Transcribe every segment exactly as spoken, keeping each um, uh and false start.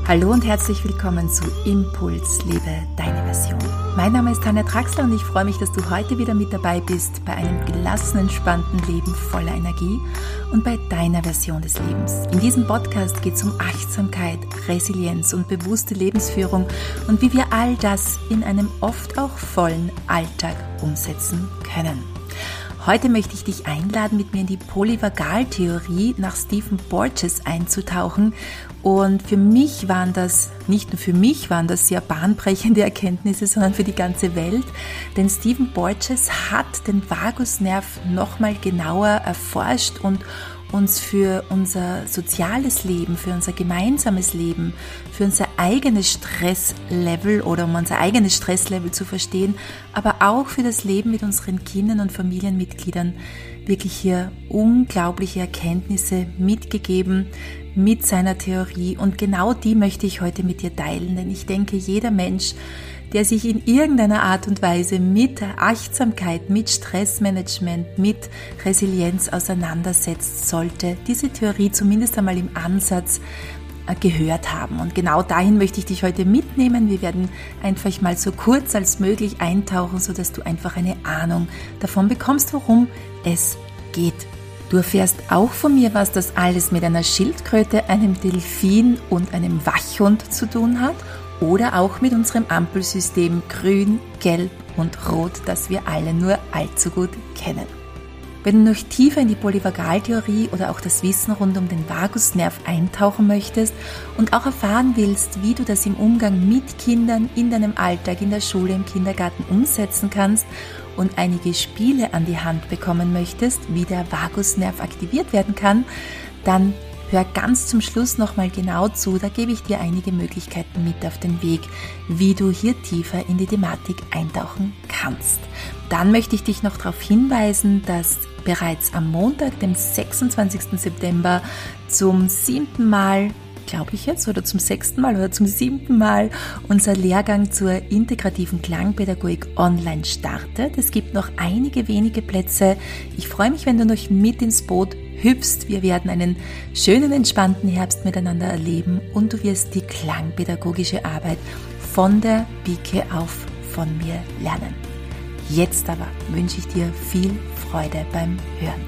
Hallo und herzlich willkommen zu Impuls, lebe deine Version. Mein Name ist Tanja Traxler und ich freue mich, dass du heute wieder mit dabei bist bei einem gelassenen, entspannten Leben voller Energie und bei deiner Version des Lebens. In diesem Podcast geht es um Achtsamkeit, Resilienz und bewusste Lebensführung und wie wir all das in einem oft auch vollen Alltag umsetzen können. Heute möchte ich dich einladen, mit mir in die Polyvagaltheorie nach Stephen Porges einzutauchen. Und für mich waren das, nicht nur für mich waren das sehr bahnbrechende Erkenntnisse, sondern für die ganze Welt. Denn Stephen Porges hat den Vagusnerv nochmal genauer erforscht und uns für unser soziales Leben, für unser gemeinsames Leben, für unser eigenes Stresslevel oder um unser eigenes Stresslevel zu verstehen, aber auch für das Leben mit unseren Kindern und Familienmitgliedern wirklich hier unglaubliche Erkenntnisse mitgegeben mit seiner Theorie. Und genau die möchte ich heute mit dir teilen, denn ich denke, jeder Mensch, der sich in irgendeiner Art und Weise mit Achtsamkeit, mit Stressmanagement, mit Resilienz auseinandersetzt, sollte diese Theorie zumindest einmal im Ansatz gehört haben. Und genau dahin möchte ich dich heute mitnehmen. Wir werden einfach mal so kurz als möglich eintauchen, sodass du einfach eine Ahnung davon bekommst, worum es geht. Du erfährst auch von mir, was das alles mit einer Schildkröte, einem Delfin und einem Wachhund zu tun hat. Oder auch mit unserem Ampelsystem Grün, Gelb und Rot, das wir alle nur allzu gut kennen. Wenn du noch tiefer in die Polyvagaltheorie oder auch das Wissen rund um den Vagusnerv eintauchen möchtest und auch erfahren willst, wie du das im Umgang mit Kindern in deinem Alltag, in der Schule, im Kindergarten umsetzen kannst und einige Spiele an die Hand bekommen möchtest, wie der Vagusnerv aktiviert werden kann, dann hör ganz zum Schluss nochmal genau zu, da gebe ich dir einige Möglichkeiten mit auf den Weg, wie du hier tiefer in die Thematik eintauchen kannst. Dann möchte ich dich noch darauf hinweisen, dass bereits am Montag, dem sechsundzwanzigsten September, zum siebten Mal, glaube ich jetzt, oder zum sechsten Mal oder zum siebten Mal unser Lehrgang zur integrativen Klangpädagogik online startet. Es gibt noch einige wenige Plätze. Ich freue mich, wenn du noch mit ins Boot hüpfst. Wir werden einen schönen, entspannten Herbst miteinander erleben und du wirst die klangpädagogische Arbeit von der Pike auf von mir lernen. Jetzt aber wünsche ich dir viel Freude beim Hören.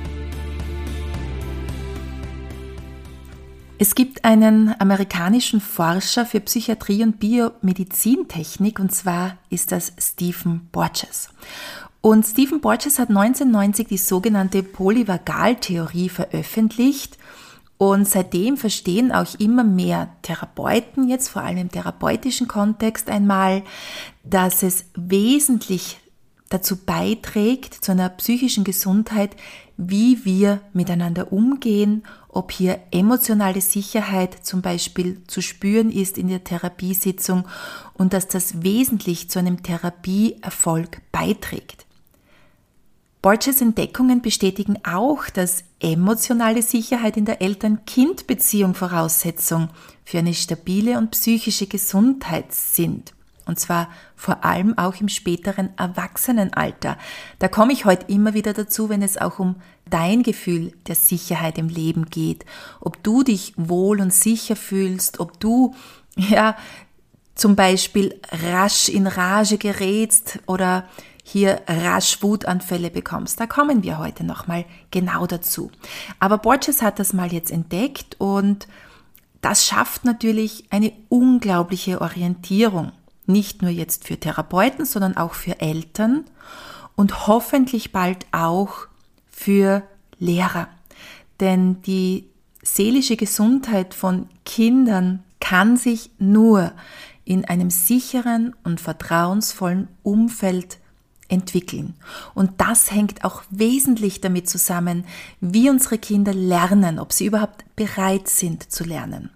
Es gibt einen amerikanischen Forscher für Psychiatrie und Biomedizintechnik, und zwar ist das Stephen Porges. Und Stephen Porges hat neunzehnhundertneunzig die sogenannte Polyvagaltheorie veröffentlicht und seitdem verstehen auch immer mehr Therapeuten, jetzt vor allem im therapeutischen Kontext einmal, dass es wesentlich dazu beiträgt, zu einer psychischen Gesundheit, wie wir miteinander umgehen, ob hier emotionale Sicherheit zum Beispiel zu spüren ist in der Therapiesitzung und dass das wesentlich zu einem Therapieerfolg beiträgt. Porges Entdeckungen bestätigen auch, dass emotionale Sicherheit in der Eltern-Kind-Beziehung Voraussetzung für eine stabile und psychische Gesundheit sind. Und zwar vor allem auch im späteren Erwachsenenalter. Da komme ich heute immer wieder dazu, wenn es auch um dein Gefühl der Sicherheit im Leben geht. Ob du dich wohl und sicher fühlst, ob du ja zum Beispiel rasch in Rage gerätst oder hier rasch Wutanfälle bekommst. Da kommen wir heute nochmal genau dazu. Aber Porges hat das mal jetzt entdeckt und das schafft natürlich eine unglaubliche Orientierung. Nicht nur jetzt für Therapeuten, sondern auch für Eltern und hoffentlich bald auch für Lehrer. Denn die seelische Gesundheit von Kindern kann sich nur in einem sicheren und vertrauensvollen Umfeld entwickeln. Und das hängt auch wesentlich damit zusammen, wie unsere Kinder lernen, ob sie überhaupt bereit sind zu lernen.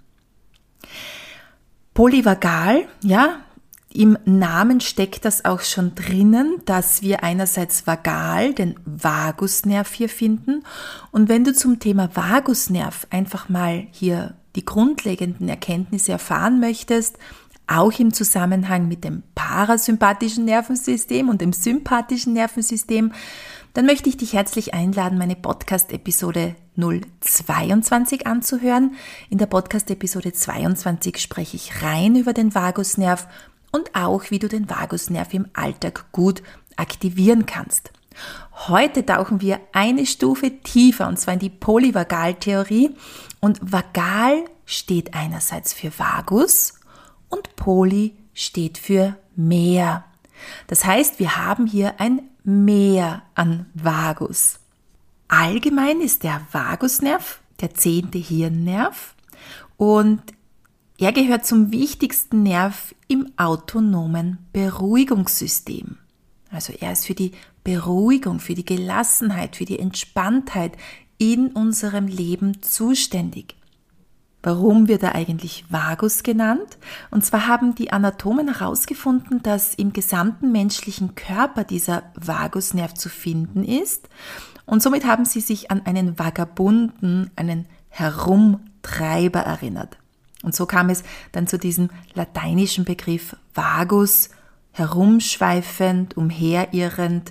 Polyvagal, ja, im Namen steckt das auch schon drinnen, dass wir einerseits vagal, den Vagusnerv hier finden. Und wenn du zum Thema Vagusnerv einfach mal hier die grundlegenden Erkenntnisse erfahren möchtest, auch im Zusammenhang mit dem parasympathischen Nervensystem und dem sympathischen Nervensystem, dann möchte ich dich herzlich einladen, meine Podcast-Episode null zweiundzwanzig anzuhören. In der Podcast-Episode zweiundzwanzig spreche ich rein über den Vagusnerv und auch, wie du den Vagusnerv im Alltag gut aktivieren kannst. Heute tauchen wir eine Stufe tiefer, und zwar in die Polyvagaltheorie. Und Vagal steht einerseits für Vagus und Poly steht für Meer. Das heißt, wir haben hier ein Meer an Vagus. Allgemein ist der Vagusnerv der zehnte Hirnnerv und er gehört zum wichtigsten Nerv im autonomen Beruhigungssystem. Also er ist für die Beruhigung, für die Gelassenheit, für die Entspanntheit in unserem Leben zuständig. Warum wird er eigentlich Vagus genannt? Und zwar haben die Anatomen herausgefunden, dass im gesamten menschlichen Körper dieser Vagusnerv zu finden ist. Und somit haben sie sich an einen Vagabunden, einen Herumtreiber erinnert. Und so kam es dann zu diesem lateinischen Begriff Vagus, herumschweifend, umherirrend,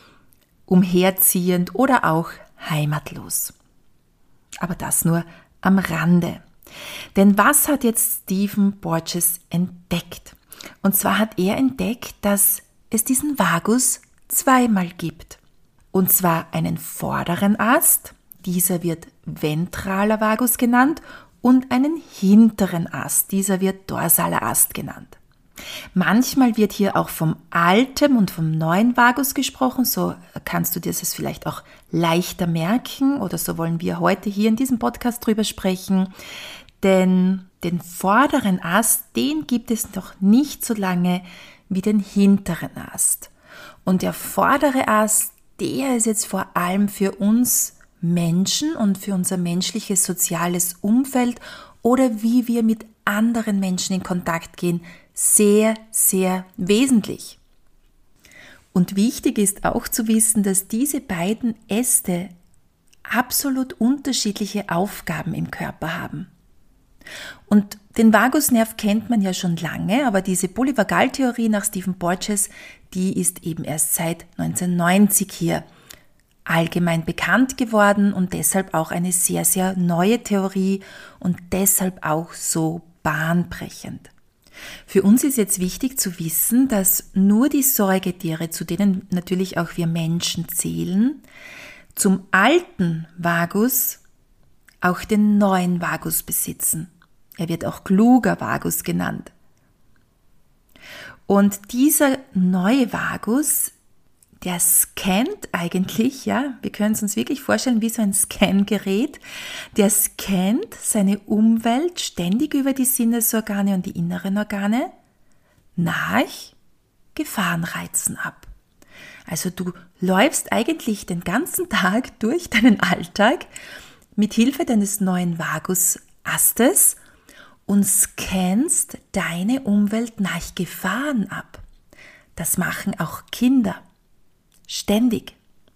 umherziehend oder auch heimatlos. Aber das nur am Rande. Denn was hat jetzt Stephen Porges entdeckt? Und zwar hat er entdeckt, dass es diesen Vagus zweimal gibt. Und zwar einen vorderen Ast, dieser wird ventraler Vagus genannt, und einen hinteren Ast, dieser wird dorsaler Ast genannt. Manchmal wird hier auch vom alten und vom neuen Vagus gesprochen, so kannst du dir das vielleicht auch leichter merken oder so wollen wir heute hier in diesem Podcast drüber sprechen, denn den vorderen Ast, den gibt es noch nicht so lange wie den hinteren Ast. Und der vordere Ast, der ist jetzt vor allem für uns Menschen und für unser menschliches soziales Umfeld oder wie wir mit anderen Menschen in Kontakt gehen, sehr, sehr wesentlich. Und wichtig ist auch zu wissen, dass diese beiden Äste absolut unterschiedliche Aufgaben im Körper haben. Und den Vagusnerv kennt man ja schon lange, aber diese Polyvagaltheorie nach Stephen Porges, die ist eben erst seit neunzehnhundertneunzig hier allgemein bekannt geworden und deshalb auch eine sehr, sehr neue Theorie und deshalb auch so bahnbrechend. Für uns ist jetzt wichtig zu wissen, dass nur die Säugetiere, zu denen natürlich auch wir Menschen zählen, zum alten Vagus auch den neuen Vagus besitzen. Er wird auch kluger Vagus genannt. Und dieser neue Vagus, der scannt eigentlich, ja, wir können es uns wirklich vorstellen wie so ein Scangerät, der scannt seine Umwelt ständig über die Sinnesorgane und die inneren Organe nach Gefahrenreizen ab. Also du läufst eigentlich den ganzen Tag durch deinen Alltag mit Hilfe deines neuen Vagusastes und scannst deine Umwelt nach Gefahren ab. Das machen auch Kinder. Ständig.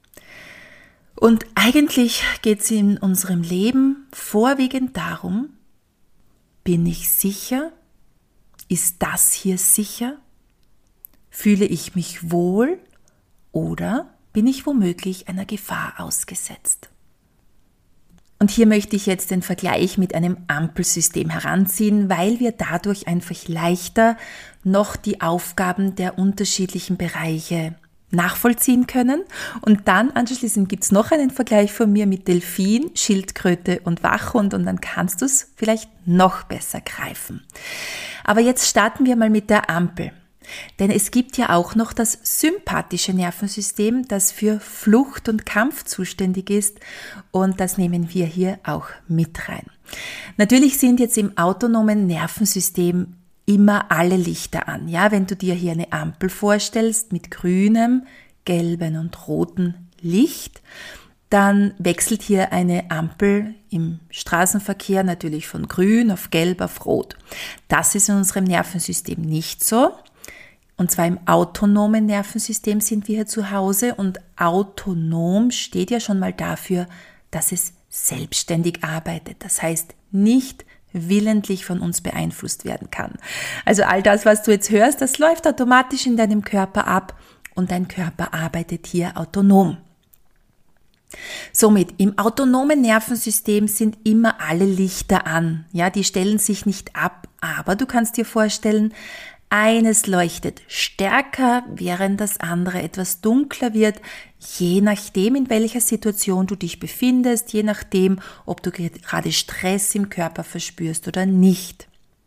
Und eigentlich geht es in unserem Leben vorwiegend darum, bin ich sicher? Ist das hier sicher? Fühle ich mich wohl oder bin ich womöglich einer Gefahr ausgesetzt? Und hier möchte ich jetzt den Vergleich mit einem Ampelsystem heranziehen, weil wir dadurch einfach leichter noch die Aufgaben der unterschiedlichen Bereiche nachvollziehen können. Und dann anschließend gibt es noch einen Vergleich von mir mit Delfin, Schildkröte und Wachhund und dann kannst du es vielleicht noch besser greifen. Aber jetzt starten wir mal mit der Ampel. Denn es gibt ja auch noch das sympathische Nervensystem, das für Flucht und Kampf zuständig ist und das nehmen wir hier auch mit rein. Natürlich sind jetzt im autonomen Nervensystem immer alle Lichter an. Ja, wenn du dir hier eine Ampel vorstellst mit grünem, gelbem und rotem Licht, dann wechselt hier eine Ampel im Straßenverkehr natürlich von grün auf gelb auf rot. Das ist in unserem Nervensystem nicht so. Und zwar im autonomen Nervensystem sind wir hier zu Hause und autonom steht ja schon mal dafür, dass es selbstständig arbeitet. Das heißt, nicht willentlich von uns beeinflusst werden kann. Also all das, was du jetzt hörst, das läuft automatisch in deinem Körper ab und dein Körper arbeitet hier autonom. Somit, im autonomen Nervensystem sind immer alle Lichter an. Ja, die stellen sich nicht ab, aber du kannst dir vorstellen, eines leuchtet stärker, während das andere etwas dunkler wird, je nachdem, in welcher Situation du dich befindest, je nachdem, ob du gerade Stress im Körper verspürst oder nicht.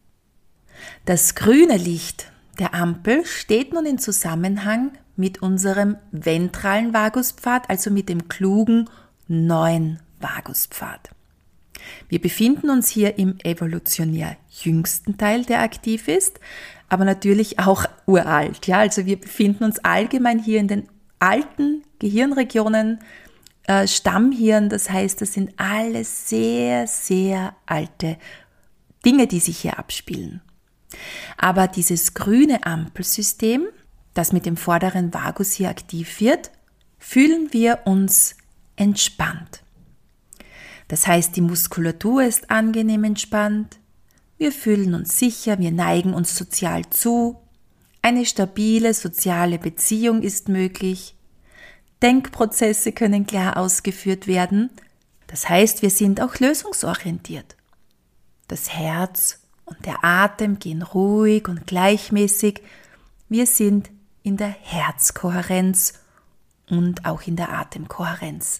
Das grüne Licht der Ampel steht nun in Zusammenhang mit unserem ventralen Vaguspfad, also mit dem klugen neuen Vaguspfad. Wir befinden uns hier im evolutionär jüngsten Teil, der aktiv ist, aber natürlich auch uralt. Ja, also wir befinden uns allgemein hier in den alten Gehirnregionen, äh, Stammhirn, das heißt, das sind alles sehr, sehr alte Dinge, die sich hier abspielen. Aber dieses grüne Ampelsystem, das mit dem vorderen Vagus hier aktiv wird, fühlen wir uns entspannt. Das heißt, die Muskulatur ist angenehm entspannt, wir fühlen uns sicher, wir neigen uns sozial zu, eine stabile soziale Beziehung ist möglich, Denkprozesse können klar ausgeführt werden, das heißt, wir sind auch lösungsorientiert. Das Herz und der Atem gehen ruhig und gleichmäßig, wir sind in der Herzkohärenz und auch in der Atemkohärenz.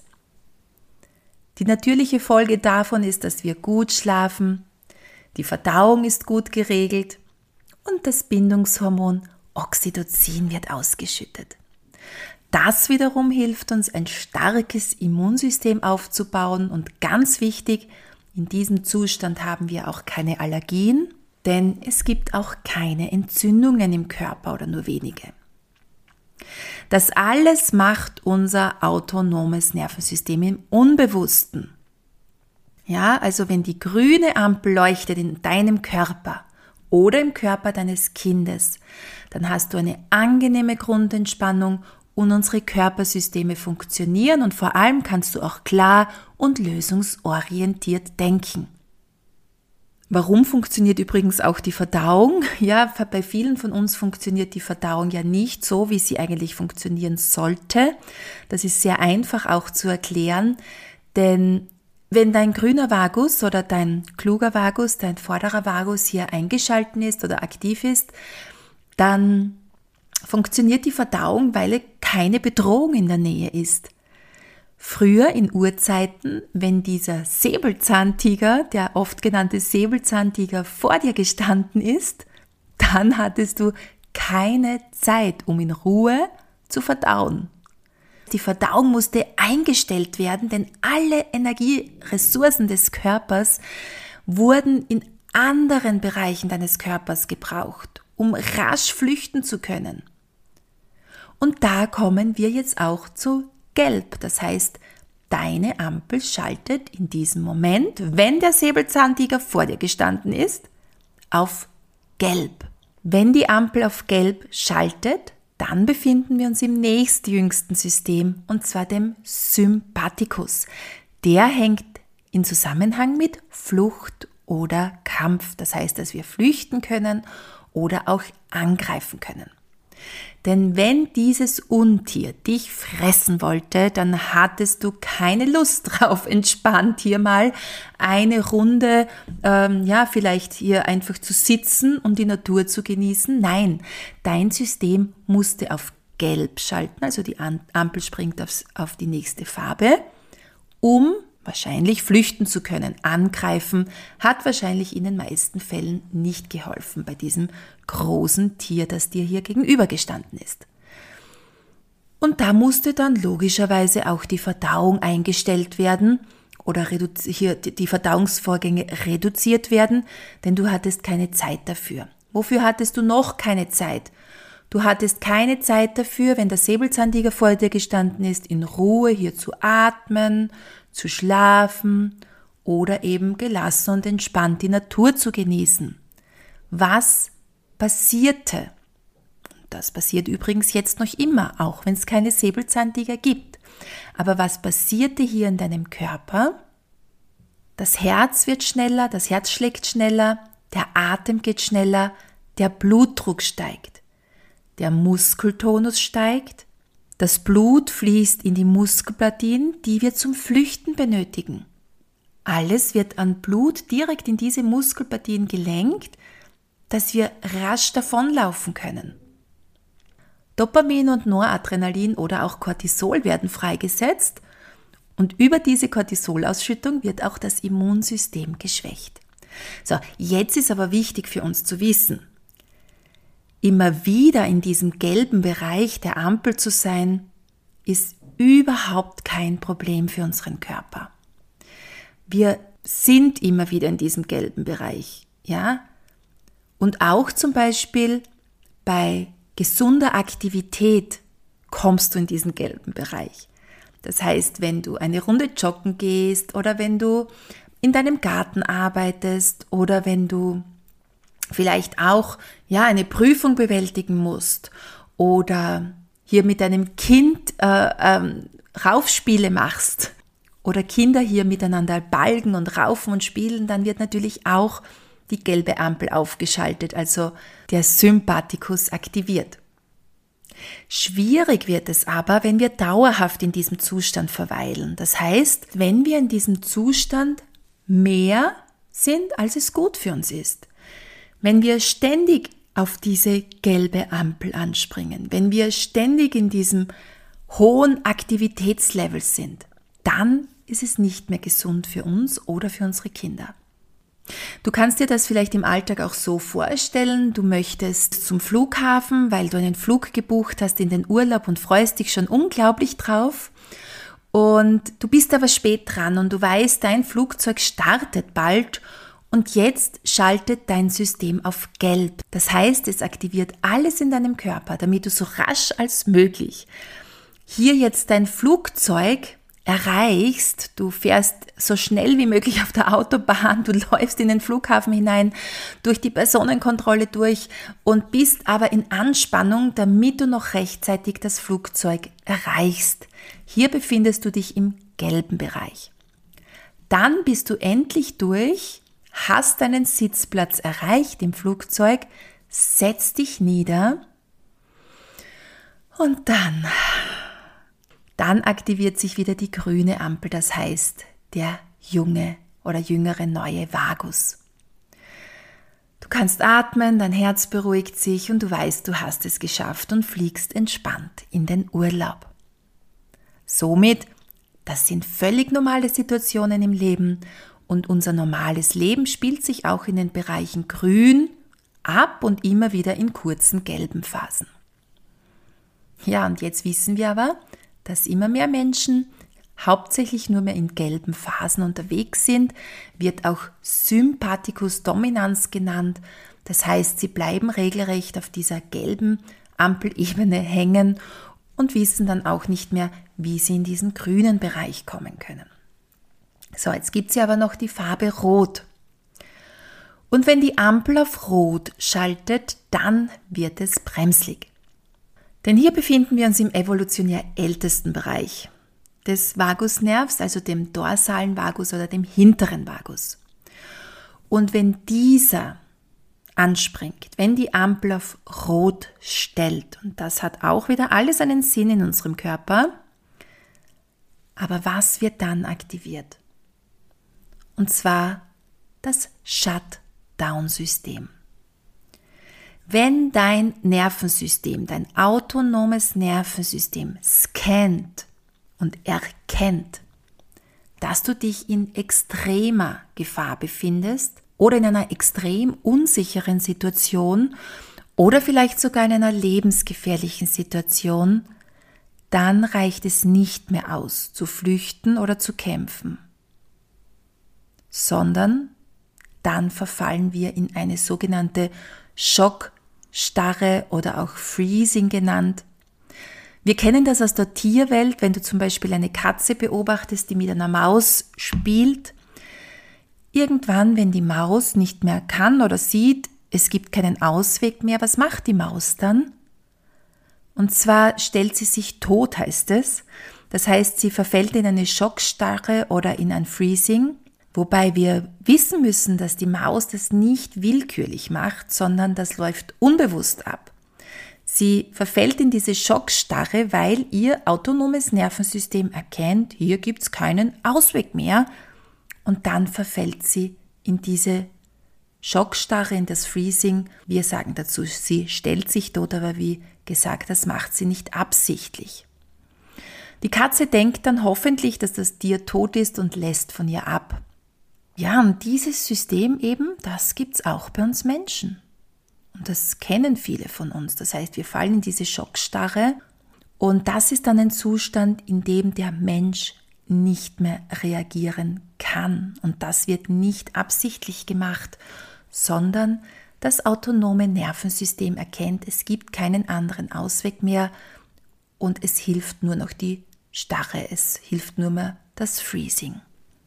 Die natürliche Folge davon ist, dass wir gut schlafen, die Verdauung ist gut geregelt und das Bindungshormon Oxytocin wird ausgeschüttet. Das wiederum hilft uns, ein starkes Immunsystem aufzubauen und ganz wichtig, in diesem Zustand haben wir auch keine Allergien, denn es gibt auch keine Entzündungen im Körper oder nur wenige. Das alles macht unser autonomes Nervensystem im Unbewussten. Ja, also wenn die grüne Ampel leuchtet in deinem Körper oder im Körper deines Kindes, dann hast du eine angenehme Grundentspannung und unsere Körpersysteme funktionieren und vor allem kannst du auch klar und lösungsorientiert denken. Warum funktioniert übrigens auch die Verdauung? Ja, bei vielen von uns funktioniert die Verdauung ja nicht so, wie sie eigentlich funktionieren sollte. Das ist sehr einfach auch zu erklären, denn wenn dein grüner Vagus oder dein kluger Vagus, dein vorderer Vagus hier eingeschalten ist oder aktiv ist, dann funktioniert die Verdauung, weil keine Bedrohung in der Nähe ist. Früher in Urzeiten, wenn dieser Säbelzahntiger, der oft genannte Säbelzahntiger vor dir gestanden ist, dann hattest du keine Zeit, um in Ruhe zu verdauen. Die Verdauung musste eingestellt werden, denn alle Energieressourcen des Körpers wurden in anderen Bereichen deines Körpers gebraucht, um rasch flüchten zu können. Und da kommen wir jetzt auch zu Gelb. Das heißt, deine Ampel schaltet in diesem Moment, wenn der Säbelzahntiger vor dir gestanden ist, auf Gelb. Wenn die Ampel auf Gelb schaltet, dann befinden wir uns im nächstjüngsten System, und zwar dem Sympathikus. Der hängt in Zusammenhang mit Flucht oder Kampf. Das heißt, dass wir flüchten können oder auch angreifen können. Denn wenn dieses Untier dich fressen wollte, dann hattest du keine Lust drauf, entspannt hier mal eine Runde, ähm, ja, vielleicht hier einfach zu sitzen und die Natur zu genießen. Nein, dein System musste auf Gelb schalten, also die Ampel springt aufs, auf die nächste Farbe, um wahrscheinlich flüchten zu können. Angreifen hat wahrscheinlich in den meisten Fällen nicht geholfen bei diesem großen Tier, das dir hier gegenüber gestanden ist. Und da musste dann logischerweise auch die Verdauung eingestellt werden oder reduzi- hier die Verdauungsvorgänge reduziert werden, denn du hattest keine Zeit dafür. Wofür hattest du noch keine Zeit? Du hattest keine Zeit dafür, wenn der Säbelzahntiger vor dir gestanden ist, in Ruhe hier zu atmen, zu schlafen oder eben gelassen und entspannt die Natur zu genießen. Was passierte? Das passiert übrigens jetzt noch immer, auch wenn es keine Säbelzahntiger gibt. Aber was passierte hier in deinem Körper? Das Herz wird schneller, das Herz schlägt schneller, der Atem geht schneller, der Blutdruck steigt, der Muskeltonus steigt Das Blut fließt in die Muskelpartien, die wir zum Flüchten benötigen. Alles wird an Blut direkt in diese Muskelpartien gelenkt, dass wir rasch davonlaufen können. Dopamin und Noradrenalin oder auch Cortisol werden freigesetzt und über diese Cortisolausschüttung wird auch das Immunsystem geschwächt. So, jetzt ist aber wichtig für uns zu wissen, immer wieder in diesem gelben Bereich der Ampel zu sein, ist überhaupt kein Problem für unseren Körper. Wir sind immer wieder in diesem gelben Bereich, ja? Und auch zum Beispiel bei gesunder Aktivität kommst du in diesen gelben Bereich. Das heißt, wenn du eine Runde joggen gehst oder wenn du in deinem Garten arbeitest oder wenn du vielleicht auch ja, eine Prüfung bewältigen musst oder hier mit deinem Kind äh, ähm, Raufspiele machst oder Kinder hier miteinander balgen und raufen und spielen, dann wird natürlich auch die gelbe Ampel aufgeschaltet, also der Sympathikus aktiviert. Schwierig wird es aber, wenn wir dauerhaft in diesem Zustand verweilen. Das heißt, wenn wir in diesem Zustand mehr sind, als es gut für uns ist. Wenn wir ständig auf diese gelbe Ampel anspringen, wenn wir ständig in diesem hohen Aktivitätslevel sind, dann ist es nicht mehr gesund für uns oder für unsere Kinder. Du kannst dir das vielleicht im Alltag auch so vorstellen, du möchtest zum Flughafen, weil du einen Flug gebucht hast in den Urlaub und freust dich schon unglaublich drauf und du bist aber spät dran und du weißt, dein Flugzeug startet bald und jetzt schaltet dein System auf Gelb. Das heißt, es aktiviert alles in deinem Körper, damit du so rasch als möglich hier jetzt dein Flugzeug erreichst, du fährst so schnell wie möglich auf der Autobahn, du läufst in den Flughafen hinein, durch die Personenkontrolle durch und bist aber in Anspannung, damit du noch rechtzeitig das Flugzeug erreichst. Hier befindest du dich im gelben Bereich. Dann bist du endlich durch, hast deinen Sitzplatz erreicht im Flugzeug, setz dich nieder und dann... Dann aktiviert sich wieder die grüne Ampel, das heißt der junge oder jüngere neue Vagus. Du kannst atmen, dein Herz beruhigt sich und du weißt, du hast es geschafft und fliegst entspannt in den Urlaub. Somit, das sind völlig normale Situationen im Leben und unser normales Leben spielt sich auch in den Bereichen grün ab und immer wieder in kurzen gelben Phasen. Ja, und jetzt wissen wir aber, dass immer mehr Menschen hauptsächlich nur mehr in gelben Phasen unterwegs sind, wird auch Sympathikus-Dominanz genannt. Das heißt, sie bleiben regelrecht auf dieser gelben Ampelebene hängen und wissen dann auch nicht mehr, wie sie in diesen grünen Bereich kommen können. So, jetzt gibt es ja aber noch die Farbe Rot. Und wenn die Ampel auf Rot schaltet, dann wird es bremslig. Denn hier befinden wir uns im evolutionär ältesten Bereich des Vagusnervs, also dem dorsalen Vagus oder dem hinteren Vagus. Und wenn dieser anspringt, wenn die Ampel auf Rot stellt, und das hat auch wieder alles einen Sinn in unserem Körper, aber was wird dann aktiviert? Und zwar das Shutdown-System. Wenn dein Nervensystem, dein autonomes Nervensystem scannt und erkennt, dass du dich in extremer Gefahr befindest oder in einer extrem unsicheren Situation oder vielleicht sogar in einer lebensgefährlichen Situation, dann reicht es nicht mehr aus, zu flüchten oder zu kämpfen, sondern dann verfallen wir in eine sogenannte Schock- Starre oder auch Freezing genannt. Wir kennen das aus der Tierwelt, wenn du zum Beispiel eine Katze beobachtest, die mit einer Maus spielt. Irgendwann, wenn die Maus nicht mehr kann oder sieht, es gibt keinen Ausweg mehr, was macht die Maus dann? Und zwar stellt sie sich tot, heißt es. Das heißt, sie verfällt in eine Schockstarre oder in ein Freezing. Wobei wir wissen müssen, dass die Maus das nicht willkürlich macht, sondern das läuft unbewusst ab. Sie verfällt in diese Schockstarre, weil ihr autonomes Nervensystem erkennt, hier gibt es keinen Ausweg mehr. Und dann verfällt sie in diese Schockstarre, in das Freezing. Wir sagen dazu, sie stellt sich tot, aber wie gesagt, das macht sie nicht absichtlich. Die Katze denkt dann hoffentlich, dass das Tier tot ist und lässt von ihr ab. Ja, und dieses System eben, das gibt's auch bei uns Menschen. Und das kennen viele von uns. Das heißt, wir fallen in diese Schockstarre und das ist dann ein Zustand, in dem der Mensch nicht mehr reagieren kann. Und das wird nicht absichtlich gemacht, sondern das autonome Nervensystem erkennt, es gibt keinen anderen Ausweg mehr und es hilft nur noch die Starre, es hilft nur mehr das Freezing.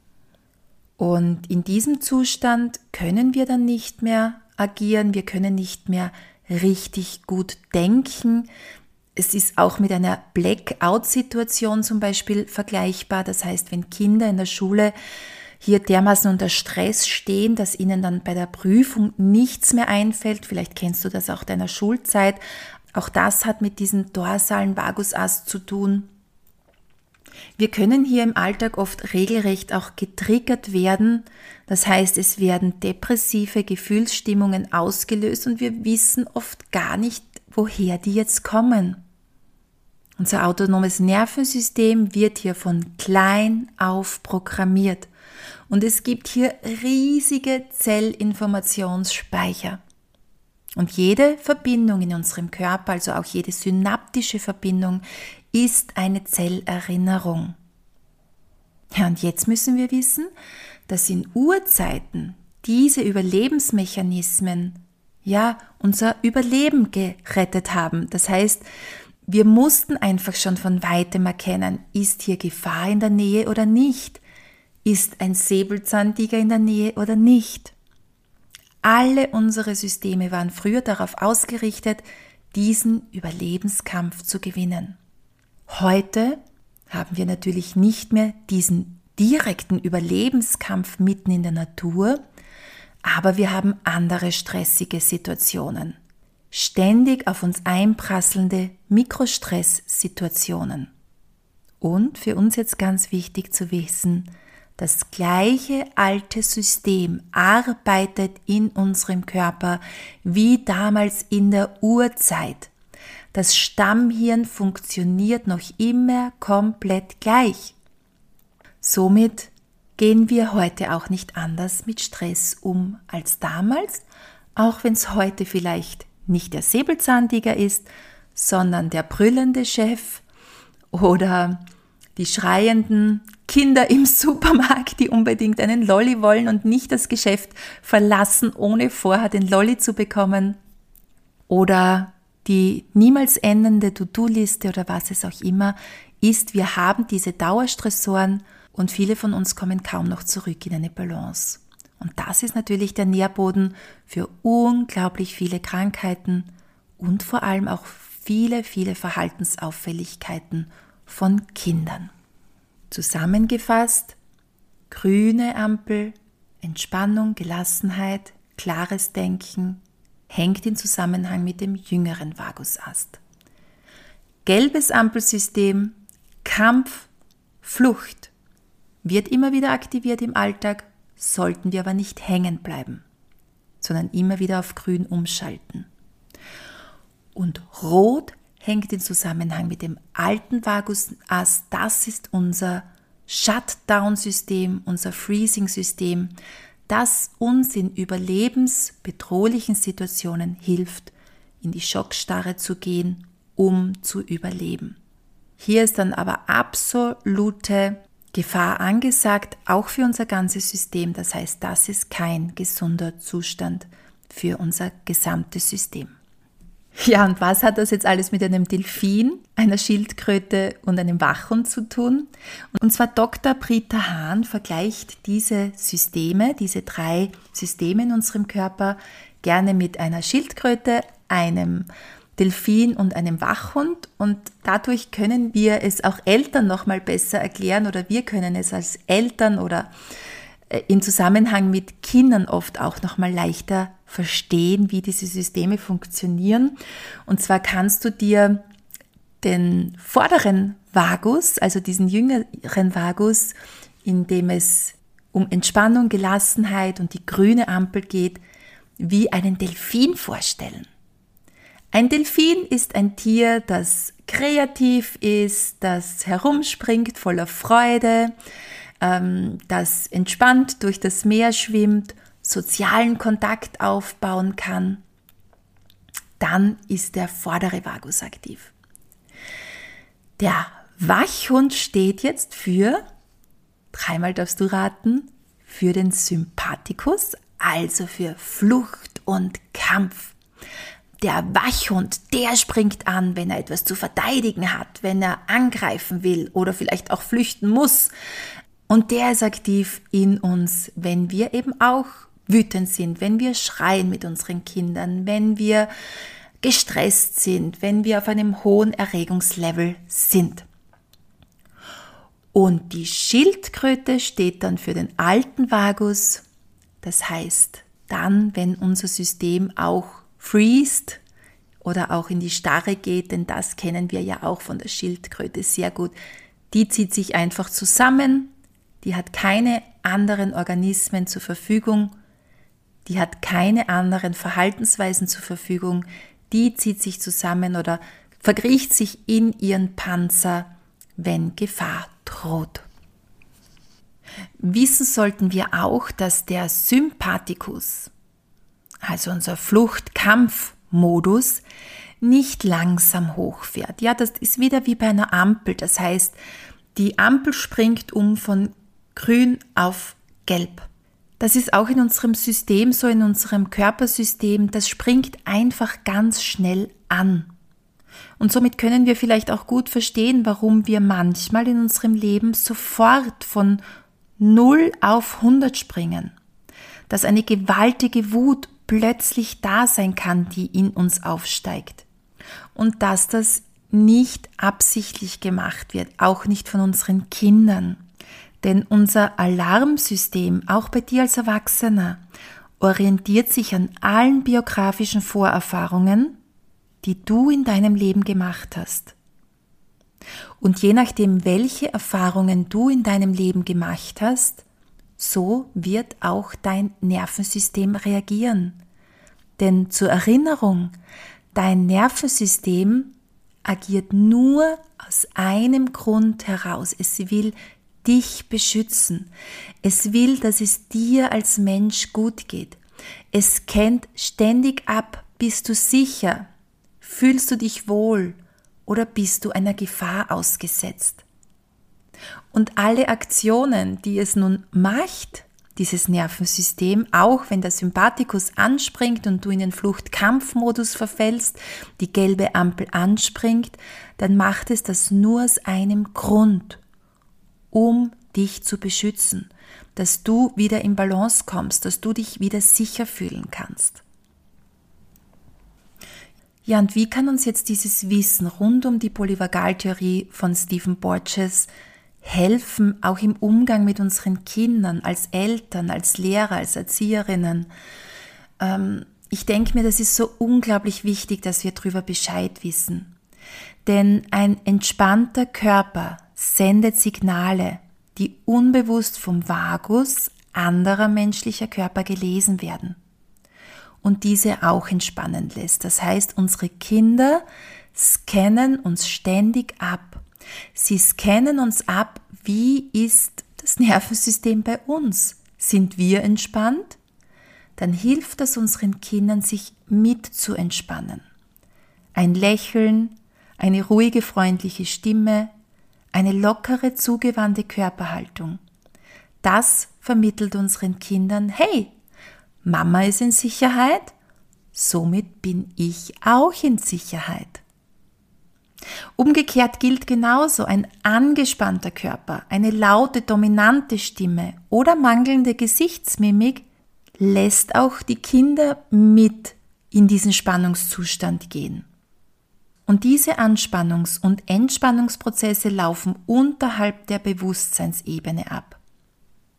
Und in diesem Zustand können wir dann nicht mehr agieren, wir können nicht mehr richtig gut denken. Es ist auch mit einer Blackout-Situation zum Beispiel vergleichbar. Das heißt, wenn Kinder in der Schule hier dermaßen unter Stress stehen, dass ihnen dann bei der Prüfung nichts mehr einfällt, vielleicht kennst du das auch deiner Schulzeit, auch das hat mit diesem dorsalen Vagusast zu tun. Wir können hier im Alltag oft regelrecht auch getriggert werden. Das heißt, es werden depressive Gefühlsstimmungen ausgelöst und wir wissen oft gar nicht, woher die jetzt kommen. Unser autonomes Nervensystem wird hier von klein auf programmiert und es gibt hier riesige Zellinformationsspeicher. Und jede Verbindung in unserem Körper, also auch jede synaptische Verbindung, ist eine Zellerinnerung. Ja, und jetzt müssen wir wissen, dass in Urzeiten diese Überlebensmechanismen ja unser Überleben gerettet haben. Das heißt, wir mussten einfach schon von weitem erkennen, ist hier Gefahr in der Nähe oder nicht? Ist ein Säbelzahntiger in der Nähe oder nicht? Alle unsere Systeme waren früher darauf ausgerichtet, diesen Überlebenskampf zu gewinnen. Heute haben wir natürlich nicht mehr diesen direkten Überlebenskampf mitten in der Natur, aber wir haben andere stressige Situationen. Ständig auf uns einprasselnde Mikrostresssituationen. Und für uns jetzt ganz wichtig zu wissen, das gleiche alte System arbeitet in unserem Körper wie damals in der Urzeit. Das Stammhirn funktioniert noch immer komplett gleich. Somit gehen wir heute auch nicht anders mit Stress um als damals, auch wenn es heute vielleicht nicht der Säbelzahntiger ist, sondern der brüllende Chef oder die schreienden Kinder im Supermarkt, die unbedingt einen Lolli wollen und nicht das Geschäft verlassen, ohne vorher den Lolli zu bekommen. Oder die niemals endende To-Do-Liste oder was es auch immer ist. Wir haben diese Dauerstressoren und viele von uns kommen kaum noch zurück in eine Balance. Und das ist natürlich der Nährboden für unglaublich viele Krankheiten und vor allem auch viele, viele Verhaltensauffälligkeiten von Kindern. Zusammengefasst, grüne Ampel, Entspannung, Gelassenheit, klares Denken, hängt in Zusammenhang mit dem jüngeren Vagusast. Gelbes Ampelsystem, Kampf, Flucht, wird immer wieder aktiviert im Alltag, sollten wir aber nicht hängen bleiben, sondern immer wieder auf grün umschalten. Und rot hängt in Zusammenhang mit dem alten Vagusast, das ist unser Shutdown-System, unser Freezing-System, das uns in überlebensbedrohlichen Situationen hilft, in die Schockstarre zu gehen, um zu überleben. Hier ist dann aber absolute Gefahr angesagt, auch für unser ganzes System. Das heißt, das ist kein gesunder Zustand für unser gesamtes System. Ja, und was hat das jetzt alles mit einem Delfin, einer Schildkröte und einem Wachhund zu tun? Und zwar Doktor Britta Hahn vergleicht diese Systeme, diese drei Systeme in unserem Körper gerne mit einer Schildkröte, einem Delfin und einem Wachhund. Und dadurch können wir es auch Eltern noch mal besser erklären oder wir können es als Eltern oder im Zusammenhang mit Kindern oft auch noch mal leichter verstehen, wie diese Systeme funktionieren. Und zwar kannst du dir den vorderen Vagus, also diesen jüngeren Vagus, in dem es um Entspannung, Gelassenheit und die grüne Ampel geht, wie einen Delfin vorstellen. Ein Delfin ist ein Tier, das kreativ ist, das herumspringt voller Freude, ähm, das entspannt durch das Meer schwimmt, sozialen Kontakt aufbauen kann. Dann ist der vordere Vagus aktiv. Der Wachhund steht jetzt für, dreimal darfst du raten, für den Sympathikus, also für Flucht und Kampf. Der Wachhund, der springt an, wenn er etwas zu verteidigen hat, wenn er angreifen will oder vielleicht auch flüchten muss. Und der ist aktiv in uns, wenn wir eben auch wütend sind, wenn wir schreien mit unseren Kindern, wenn wir gestresst sind, wenn wir auf einem hohen Erregungslevel sind. Und die Schildkröte steht dann für den alten Vagus, das heißt dann, wenn unser System auch freest oder auch in die Starre geht, denn das kennen wir ja auch von der Schildkröte sehr gut, die zieht sich einfach zusammen, die hat keine anderen Organismen zur Verfügung, die hat keine anderen Verhaltensweisen zur Verfügung, die zieht sich zusammen oder verkriecht sich in ihren Panzer, wenn Gefahr droht. Wissen sollten wir auch, dass der Sympathikus, also unser Flucht-Kampf-Modus, nicht langsam hochfährt. Ja, das ist wieder wie bei einer Ampel. Das heißt, die Ampel springt um von grün auf gelb. Das ist auch in unserem System so, in unserem Körpersystem. Das springt einfach ganz schnell an. Und somit können wir vielleicht auch gut verstehen, warum wir manchmal in unserem Leben sofort von null auf hundert springen. Dass eine gewaltige Wut plötzlich da sein kann, die in uns aufsteigt. Und dass das nicht absichtlich gemacht wird, auch nicht von unseren Kindern. Denn unser Alarmsystem, auch bei dir als Erwachsener, orientiert sich an allen biografischen Vorerfahrungen, die du in deinem Leben gemacht hast. Und je nachdem, welche Erfahrungen du in deinem Leben gemacht hast, so wird auch dein Nervensystem reagieren. Denn zur Erinnerung, dein Nervensystem agiert nur aus einem Grund heraus. Es will dich beschützen. Es will, dass es dir als Mensch gut geht. Es scannt ständig ab, bist du sicher? Fühlst du dich wohl oder bist du einer Gefahr ausgesetzt? Und alle Aktionen, die es nun macht, dieses Nervensystem, auch wenn der Sympathikus anspringt und du in den Flucht-Kampf-Modus verfällst, die gelbe Ampel anspringt, dann macht es das nur aus einem Grund, um dich zu beschützen, dass du wieder in Balance kommst, dass du dich wieder sicher fühlen kannst. Ja, und wie kann uns jetzt dieses Wissen rund um die Polyvagaltheorie von Stephen Porges helfen, auch im Umgang mit unseren Kindern, als Eltern, als Lehrer, als Erzieherinnen? Ähm, ich denke mir, das ist so unglaublich wichtig, dass wir darüber Bescheid wissen. Denn ein entspannter Körper sendet Signale, die unbewusst vom Vagus anderer menschlicher Körper gelesen werden und diese auch entspannen lässt. Das heißt, unsere Kinder scannen uns ständig ab. Sie scannen uns ab, wie ist das Nervensystem bei uns? Sind wir entspannt? Dann hilft das unseren Kindern, sich mit zu entspannen. Ein Lächeln, eine ruhige, freundliche Stimme, eine lockere, zugewandte Körperhaltung. Das vermittelt unseren Kindern, hey, Mama ist in Sicherheit, somit bin ich auch in Sicherheit. Umgekehrt gilt genauso, ein angespannter Körper, eine laute, dominante Stimme oder mangelnde Gesichtsmimik lässt auch die Kinder mit in diesen Spannungszustand gehen. Und diese Anspannungs- und Entspannungsprozesse laufen unterhalb der Bewusstseinsebene ab.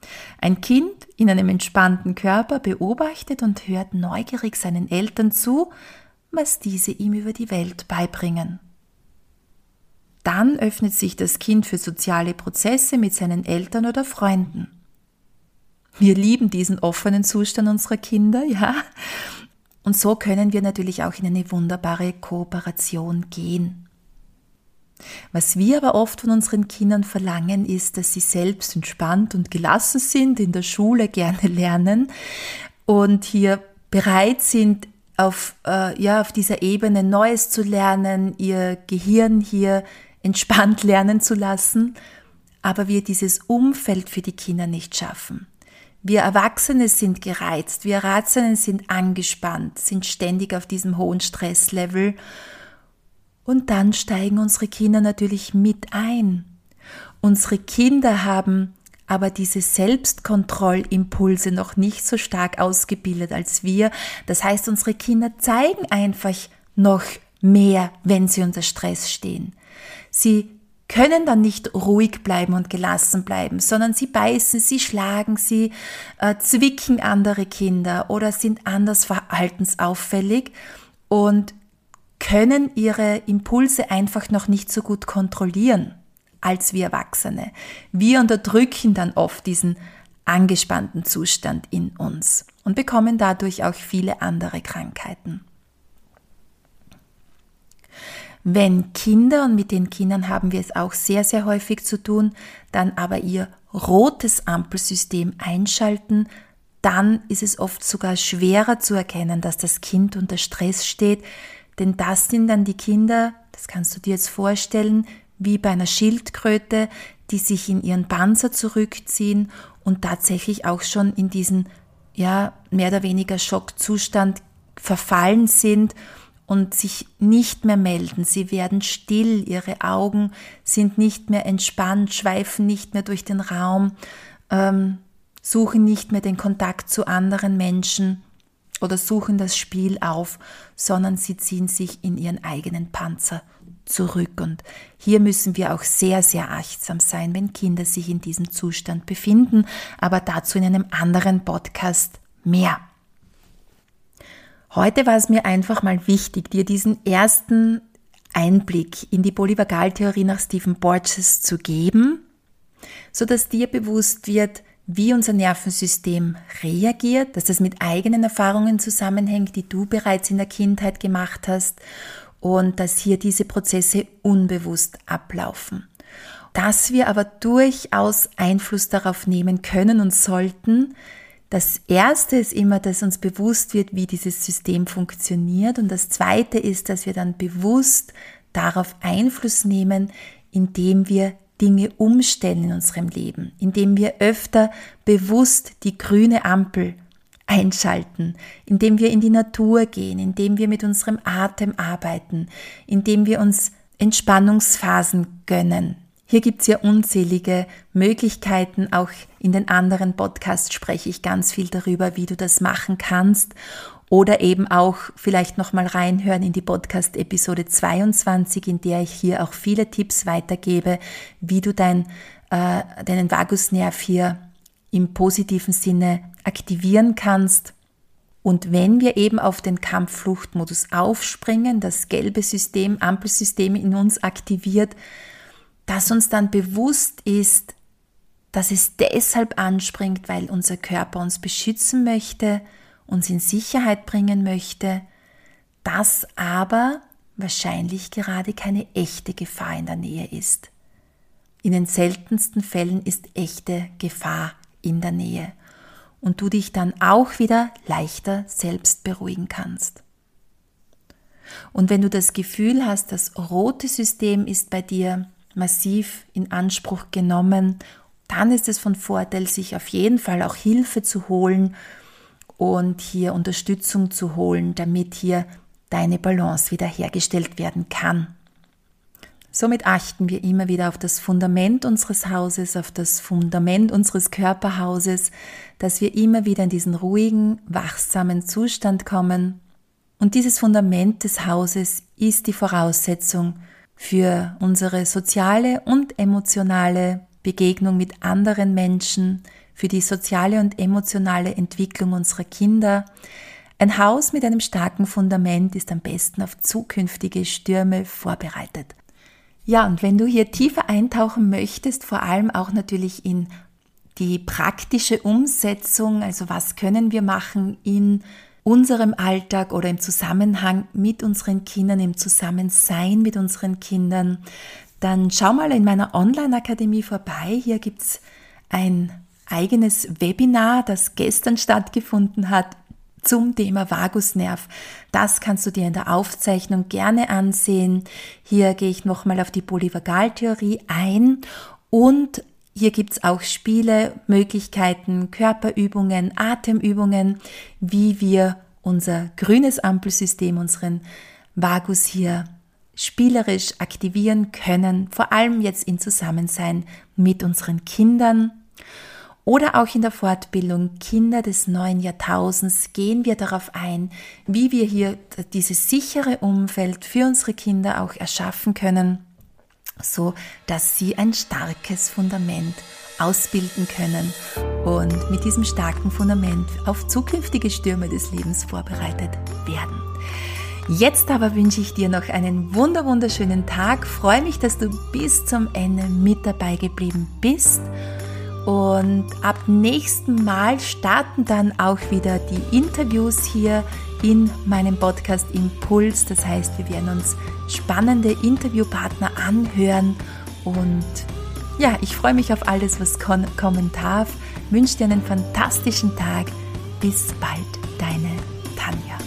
Ein Kind in einem entspannten Körper beobachtet und hört neugierig seinen Eltern zu, was diese ihm über die Welt beibringen. Dann öffnet sich das Kind für soziale Prozesse mit seinen Eltern oder Freunden. Wir lieben diesen offenen Zustand unserer Kinder, ja. Und so können wir natürlich auch in eine wunderbare Kooperation gehen. Was wir aber oft von unseren Kindern verlangen, ist, dass sie selbst entspannt und gelassen sind, in der Schule gerne lernen und hier bereit sind, auf, äh, ja, auf dieser Ebene Neues zu lernen, ihr Gehirn hier entspannt lernen zu lassen, aber wir dieses Umfeld für die Kinder nicht schaffen. Wir Erwachsene sind gereizt, wir Erwachsene sind angespannt, sind ständig auf diesem hohen Stresslevel und dann steigen unsere Kinder natürlich mit ein. Unsere Kinder haben aber diese Selbstkontrollimpulse noch nicht so stark ausgebildet als wir. Das heißt, unsere Kinder zeigen einfach noch mehr, wenn sie unter Stress stehen. Sie können dann nicht ruhig bleiben und gelassen bleiben, sondern sie beißen, sie schlagen, sie äh, zwicken andere Kinder oder sind anders verhaltensauffällig und können ihre Impulse einfach noch nicht so gut kontrollieren als wir Erwachsene. Wir unterdrücken dann oft diesen angespannten Zustand in uns und bekommen dadurch auch viele andere Krankheiten. Wenn Kinder, und mit den Kindern haben wir es auch sehr, sehr häufig zu tun, dann aber ihr rotes Ampelsystem einschalten, dann ist es oft sogar schwerer zu erkennen, dass das Kind unter Stress steht, denn das sind dann die Kinder, das kannst du dir jetzt vorstellen, wie bei einer Schildkröte, die sich in ihren Panzer zurückziehen und tatsächlich auch schon in diesen, ja, mehr oder weniger Schockzustand verfallen sind und sich nicht mehr melden. Sie werden still, ihre Augen sind nicht mehr entspannt, schweifen nicht mehr durch den Raum, ähm, suchen nicht mehr den Kontakt zu anderen Menschen oder suchen das Spiel auf, sondern sie ziehen sich in ihren eigenen Panzer zurück. Und hier müssen wir auch sehr, sehr achtsam sein, wenn Kinder sich in diesem Zustand befinden, aber dazu in einem anderen Podcast mehr. Heute war es mir einfach mal wichtig, dir diesen ersten Einblick in die Polyvagaltheorie nach Stephen Porges zu geben, sodass dir bewusst wird, wie unser Nervensystem reagiert, dass das mit eigenen Erfahrungen zusammenhängt, die du bereits in der Kindheit gemacht hast und dass hier diese Prozesse unbewusst ablaufen. Dass wir aber durchaus Einfluss darauf nehmen können und sollten. Das Erste ist immer, dass uns bewusst wird, wie dieses System funktioniert, und das Zweite ist, dass wir dann bewusst darauf Einfluss nehmen, indem wir Dinge umstellen in unserem Leben, indem wir öfter bewusst die grüne Ampel einschalten, indem wir in die Natur gehen, indem wir mit unserem Atem arbeiten, indem wir uns Entspannungsphasen gönnen. Hier gibt es ja unzählige Möglichkeiten, auch in den anderen Podcasts spreche ich ganz viel darüber, wie du das machen kannst, oder eben auch vielleicht nochmal reinhören in die Podcast-Episode zweiundzwanzig, in der ich hier auch viele Tipps weitergebe, wie du dein, äh, deinen Vagusnerv hier im positiven Sinne aktivieren kannst. Und wenn wir eben auf den Kampf-Flucht-Modus aufspringen, das gelbe System, Ampelsystem in uns aktiviert, dass uns dann bewusst ist, dass es deshalb anspringt, weil unser Körper uns beschützen möchte, uns in Sicherheit bringen möchte, dass aber wahrscheinlich gerade keine echte Gefahr in der Nähe ist. In den seltensten Fällen ist echte Gefahr in der Nähe und du dich dann auch wieder leichter selbst beruhigen kannst. Und wenn du das Gefühl hast, das rote System ist bei dir massiv in Anspruch genommen, dann ist es von Vorteil, sich auf jeden Fall auch Hilfe zu holen und hier Unterstützung zu holen, damit hier deine Balance wiederhergestellt werden kann. Somit achten wir immer wieder auf das Fundament unseres Hauses, auf das Fundament unseres Körperhauses, dass wir immer wieder in diesen ruhigen, wachsamen Zustand kommen. Und dieses Fundament des Hauses ist die Voraussetzung für unsere soziale und emotionale Begegnung mit anderen Menschen, für die soziale und emotionale Entwicklung unserer Kinder. Ein Haus mit einem starken Fundament ist am besten auf zukünftige Stürme vorbereitet. Ja, und wenn du hier tiefer eintauchen möchtest, vor allem auch natürlich in die praktische Umsetzung, also was können wir machen in unserem Alltag oder im Zusammenhang mit unseren Kindern, im Zusammensein mit unseren Kindern, dann schau mal in meiner Online-Akademie vorbei. Hier gibt es ein eigenes Webinar, das gestern stattgefunden hat zum Thema Vagusnerv. Das kannst du dir in der Aufzeichnung gerne ansehen. Hier gehe ich nochmal auf die Polyvagaltheorie ein und hier gibt es auch Spiele, Möglichkeiten, Körperübungen, Atemübungen, wie wir unser grünes Ampelsystem, unseren Vagus hier spielerisch aktivieren können, vor allem jetzt im Zusammensein mit unseren Kindern. Oder auch in der Fortbildung Kinder des neuen Jahrtausends gehen wir darauf ein, wie wir hier dieses sichere Umfeld für unsere Kinder auch erschaffen können, so dass sie ein starkes Fundament ausbilden können und mit diesem starken Fundament auf zukünftige Stürme des Lebens vorbereitet werden. Jetzt aber wünsche ich dir noch einen wunder wunderschönen Tag. Freue mich, dass du bis zum Ende mit dabei geblieben bist. Und ab nächsten Mal starten dann auch wieder die Interviews hier in meinem Podcast Impuls. Das heißt, wir werden uns spannende Interviewpartner anhören. Und ja, ich freue mich auf alles, was kommen darf. Wünsche dir einen fantastischen Tag. Bis bald, deine Tanja.